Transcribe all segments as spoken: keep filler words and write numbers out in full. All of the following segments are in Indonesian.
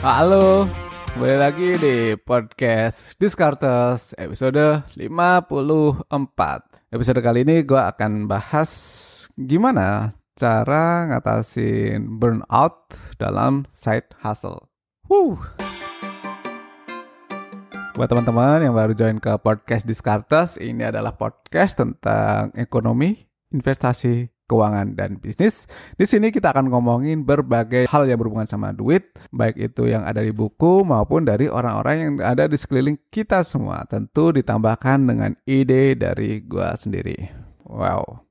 Halo, kembali lagi di podcast Discartes episode lima puluh empat. Episode kali ini gue akan bahas gimana cara ngatasin burnout dalam side hustle. Wuh. Buat teman-teman yang baru join ke podcast Discartes, ini adalah podcast tentang ekonomi, investasi, keuangan, dan bisnis. Di sini kita akan ngomongin berbagai hal yang berhubungan sama duit, baik itu yang ada di buku maupun dari orang-orang yang ada di sekeliling kita semua. Tentu ditambahkan dengan ide dari gua sendiri. Wow.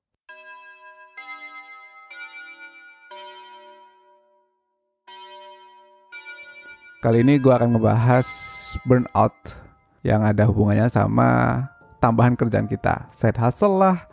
Kali ini gua akan ngebahas burnout yang ada hubungannya sama tambahan kerjaan kita, side hustle lah,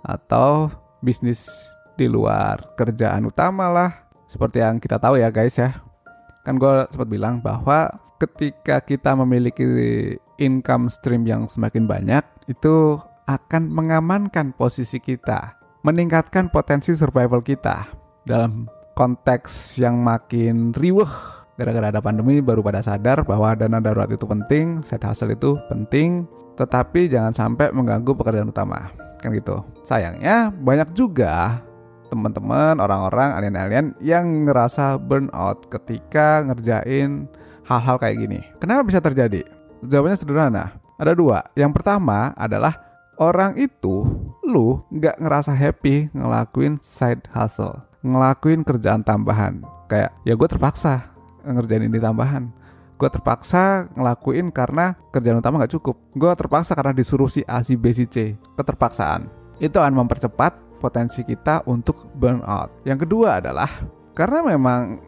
atau bisnis di luar kerjaan utama lah. Seperti yang kita tahu ya guys ya. Kan gue sempat bilang bahwa ketika kita memiliki income stream yang semakin banyak, itu akan mengamankan posisi kita, meningkatkan potensi survival kita. Dalam konteks yang makin riweh gara-gara ada pandemi, baru pada sadar bahwa dana darurat itu penting, side hustle itu penting, tetapi jangan sampai mengganggu pekerjaan utama. Kan gitu. Sayangnya banyak juga teman-teman, orang-orang, alien-alien yang ngerasa burnout ketika ngerjain hal-hal kayak gini. Kenapa bisa terjadi? Jawabannya sederhana. Ada dua. Yang pertama adalah orang itu, lu gak ngerasa happy ngelakuin side hustle, ngelakuin kerjaan tambahan. Kayak, ya gue terpaksa ngerjain ini tambahan. Gue terpaksa ngelakuin karena kerjaan utama gak cukup. Gue terpaksa karena disuruh si A, si B, si C. Keterpaksaan. Itu akan mempercepat potensi kita untuk burnout. Yang kedua adalah karena memang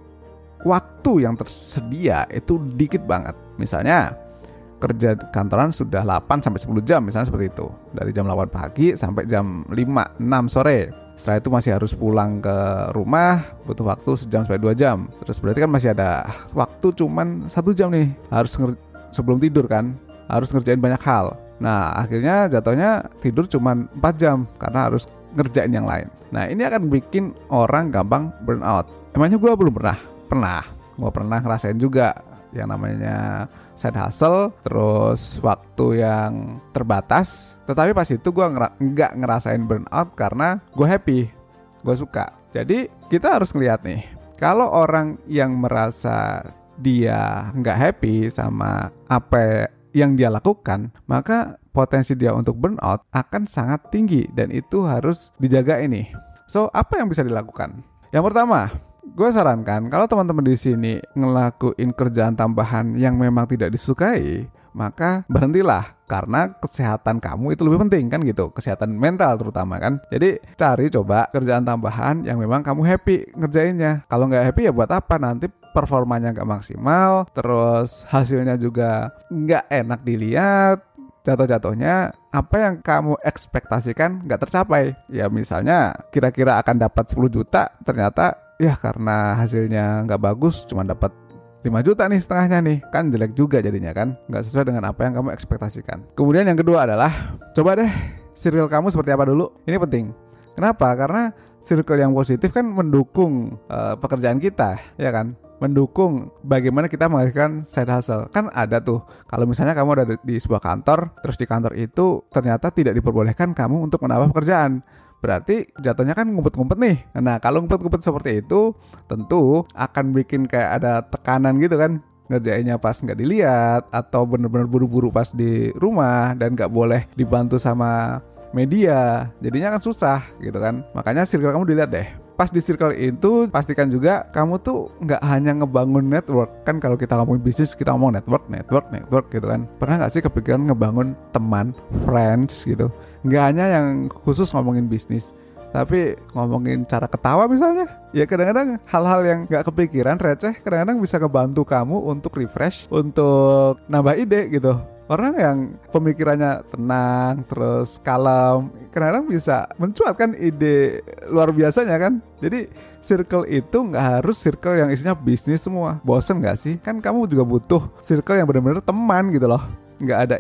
waktu yang tersedia itu dikit banget. Misalnya kerja kantoran sudah delapan sampai sepuluh jam, misalnya seperti itu. Dari jam delapan pagi sampai jam lima, enam sore. Setelah itu masih harus pulang ke rumah, butuh waktu sejam sampai dua jam. Terus berarti kan masih ada waktu cuman satu jam nih. Harus nger- sebelum tidur kan, harus ngerjain banyak hal. Nah akhirnya jatuhnya tidur cuman empat jam karena harus ngerjain yang lain. Nah ini akan bikin orang gampang burnout. Emangnya gue belum pernah? Pernah. Gue pernah ngerasain juga yang namanya side hustle, terus waktu yang terbatas. Tetapi pas itu gue ngera- nggak ngerasain burnout karena gue happy, gue suka. Jadi kita harus ngeliat nih, kalau orang yang merasa dia nggak happy sama apa yang dia lakukan, maka potensi dia untuk burnout akan sangat tinggi dan itu harus dijaga ini. So apa yang bisa dilakukan? Yang pertama, gue sarankan kalau teman-teman di sini ngelakuin kerjaan tambahan yang memang tidak disukai, maka berhentilah karena kesehatan kamu itu lebih penting kan gitu, kesehatan mental terutama kan. Jadi cari coba kerjaan tambahan yang memang kamu happy ngerjainnya. Kalau nggak happy ya buat apa, nanti performanya nggak maksimal, terus hasilnya juga nggak enak dilihat. Jatuh-jatuhnya apa yang kamu ekspektasikan nggak tercapai. Ya misalnya kira-kira akan dapat sepuluh juta, ternyata ya karena hasilnya nggak bagus cuma dapat lima juta nih setengahnya nih. Kan jelek juga jadinya kan, nggak sesuai dengan apa yang kamu ekspektasikan. Kemudian yang kedua adalah coba deh circle kamu seperti apa dulu. Ini penting. Kenapa? Karena circle yang positif kan mendukung uh, pekerjaan kita, ya kan? Mendukung bagaimana kita menghasilkan side hustle. Kan ada tuh, kalau misalnya kamu ada di sebuah kantor, terus di kantor itu ternyata tidak diperbolehkan kamu untuk menambah pekerjaan, berarti jatuhnya kan ngumpet-ngumpet nih. Nah kalau ngumpet-ngumpet seperti itu, tentu akan bikin kayak ada tekanan gitu kan, ngerjainnya pas nggak dilihat, atau bener-bener buru-buru pas di rumah, dan nggak boleh dibantu sama media, jadinya kan susah gitu kan. Makanya circle kamu dilihat deh. Pas di circle itu pastikan juga kamu tuh nggak hanya ngebangun network. Kan kalau kita ngomongin bisnis kita ngomong network, network, network gitu kan. Pernah nggak sih kepikiran ngebangun teman, friends gitu? Nggak hanya yang khusus ngomongin bisnis, tapi ngomongin cara ketawa misalnya. Ya kadang-kadang hal-hal yang nggak kepikiran, receh, kadang-kadang bisa ngebantu kamu untuk refresh, untuk nambah ide gitu. Orang yang pemikirannya tenang, terus kalem, kadang-kadang bisa mencuatkan ide luar biasanya kan. Jadi circle itu nggak harus circle yang isinya bisnis semua. Bosen nggak sih? Kan kamu juga butuh circle yang benar-benar teman gitu loh. Nggak ada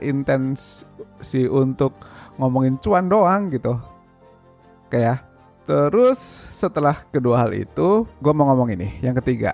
intensi untuk ngomongin cuan doang gitu. Kayak. Terus setelah kedua hal itu, gue mau ngomong ini, yang ketiga.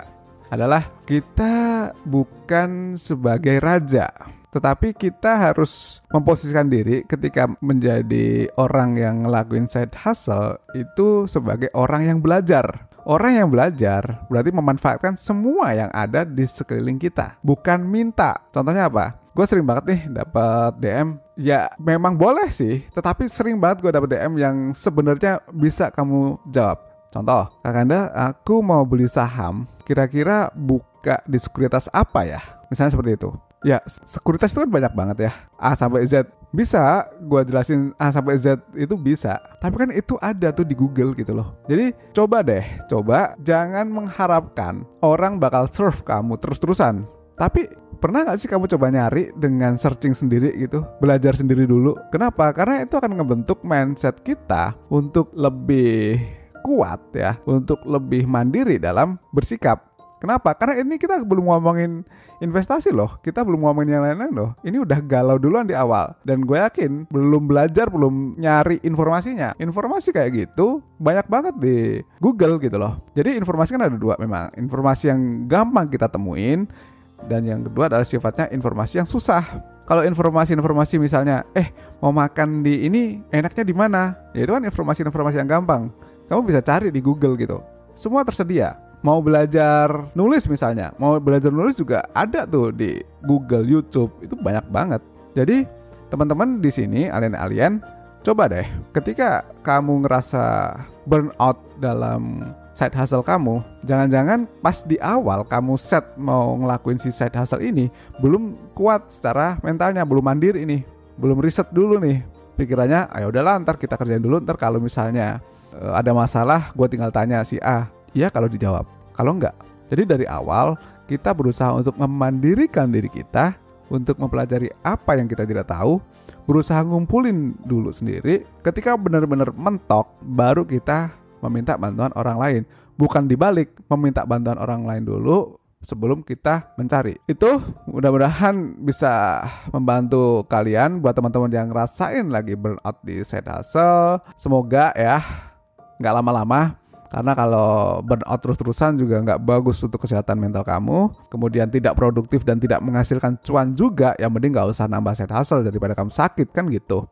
adalah kita bukan sebagai raja, tetapi kita harus memposisikan diri ketika menjadi orang yang ngelakuin side hustle itu sebagai orang yang belajar. Orang yang belajar berarti memanfaatkan semua yang ada di sekeliling kita, bukan minta. Contohnya apa? Gue sering banget nih dapat D M. Ya memang boleh sih, tetapi sering banget gue dapat D M yang sebenarnya bisa kamu jawab. Contoh, Kakanda, aku mau beli saham, kira-kira buka di sekuritas apa ya? Misalnya seperti itu. Ya, sekuritas itu kan banyak banget ya. A sampai Z. Bisa gue jelasin A sampai Z itu bisa. Tapi kan itu ada tuh di Google gitu loh. Jadi coba deh, coba jangan mengharapkan orang bakal serve kamu terus-terusan. Tapi pernah gak sih kamu coba nyari dengan searching sendiri gitu? Belajar sendiri dulu. Kenapa? Karena itu akan ngebentuk mindset kita untuk lebih kuat ya. Untuk lebih mandiri dalam bersikap. Kenapa? Karena ini kita belum ngomongin investasi loh. Kita belum ngomongin yang lain-lain loh. Ini udah galau duluan di awal. Dan gue yakin belum belajar, belum nyari informasinya. Informasi kayak gitu banyak banget di Google gitu loh. Jadi informasi kan ada dua memang. Informasi yang gampang kita temuin. Dan yang kedua adalah sifatnya informasi yang susah. Kalau informasi-informasi misalnya, eh mau makan di ini enaknya di mana? Ya itu kan informasi-informasi yang gampang. Kamu bisa cari di Google gitu. Semua tersedia. Mau belajar nulis misalnya, mau belajar nulis juga ada tuh di Google, YouTube, itu banyak banget. Jadi teman-teman di sini, alien-alien, coba deh, ketika kamu ngerasa burnout dalam side hustle kamu, jangan-jangan pas di awal kamu set mau ngelakuin si side hustle ini, belum kuat secara mentalnya, belum mandiri ini, belum riset dulu nih, pikirannya, ayo udahlah ntar kita kerjain dulu, ntar kalau misalnya uh, ada masalah, gue tinggal tanya si A, iya kalau dijawab. Kalau enggak, jadi dari awal kita berusaha untuk memandirikan diri kita, untuk mempelajari apa yang kita tidak tahu, berusaha ngumpulin dulu sendiri. Ketika benar-benar mentok, baru kita meminta bantuan orang lain. Bukan dibalik, meminta bantuan orang lain dulu sebelum kita mencari. Itu mudah-mudahan bisa membantu kalian buat teman-teman yang ngerasain lagi burnout di side hustle. Semoga ya nggak lama-lama. Karena kalau burnout terus-terusan juga nggak bagus untuk kesehatan mental kamu. Kemudian tidak produktif dan tidak menghasilkan cuan juga. Yang mending nggak usah nambah side hustle daripada kamu sakit kan gitu.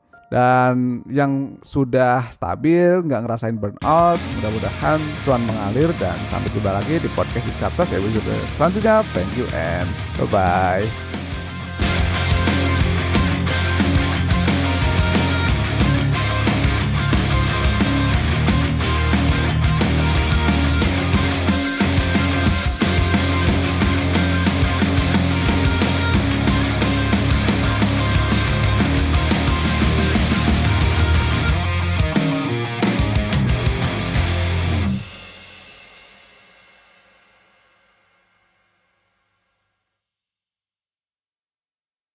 Dan yang sudah stabil, nggak ngerasain burnout, mudah-mudahan cuan mengalir. Dan sampai jumpa lagi di podcast Diskartes episode selanjutnya. Thank you and bye-bye.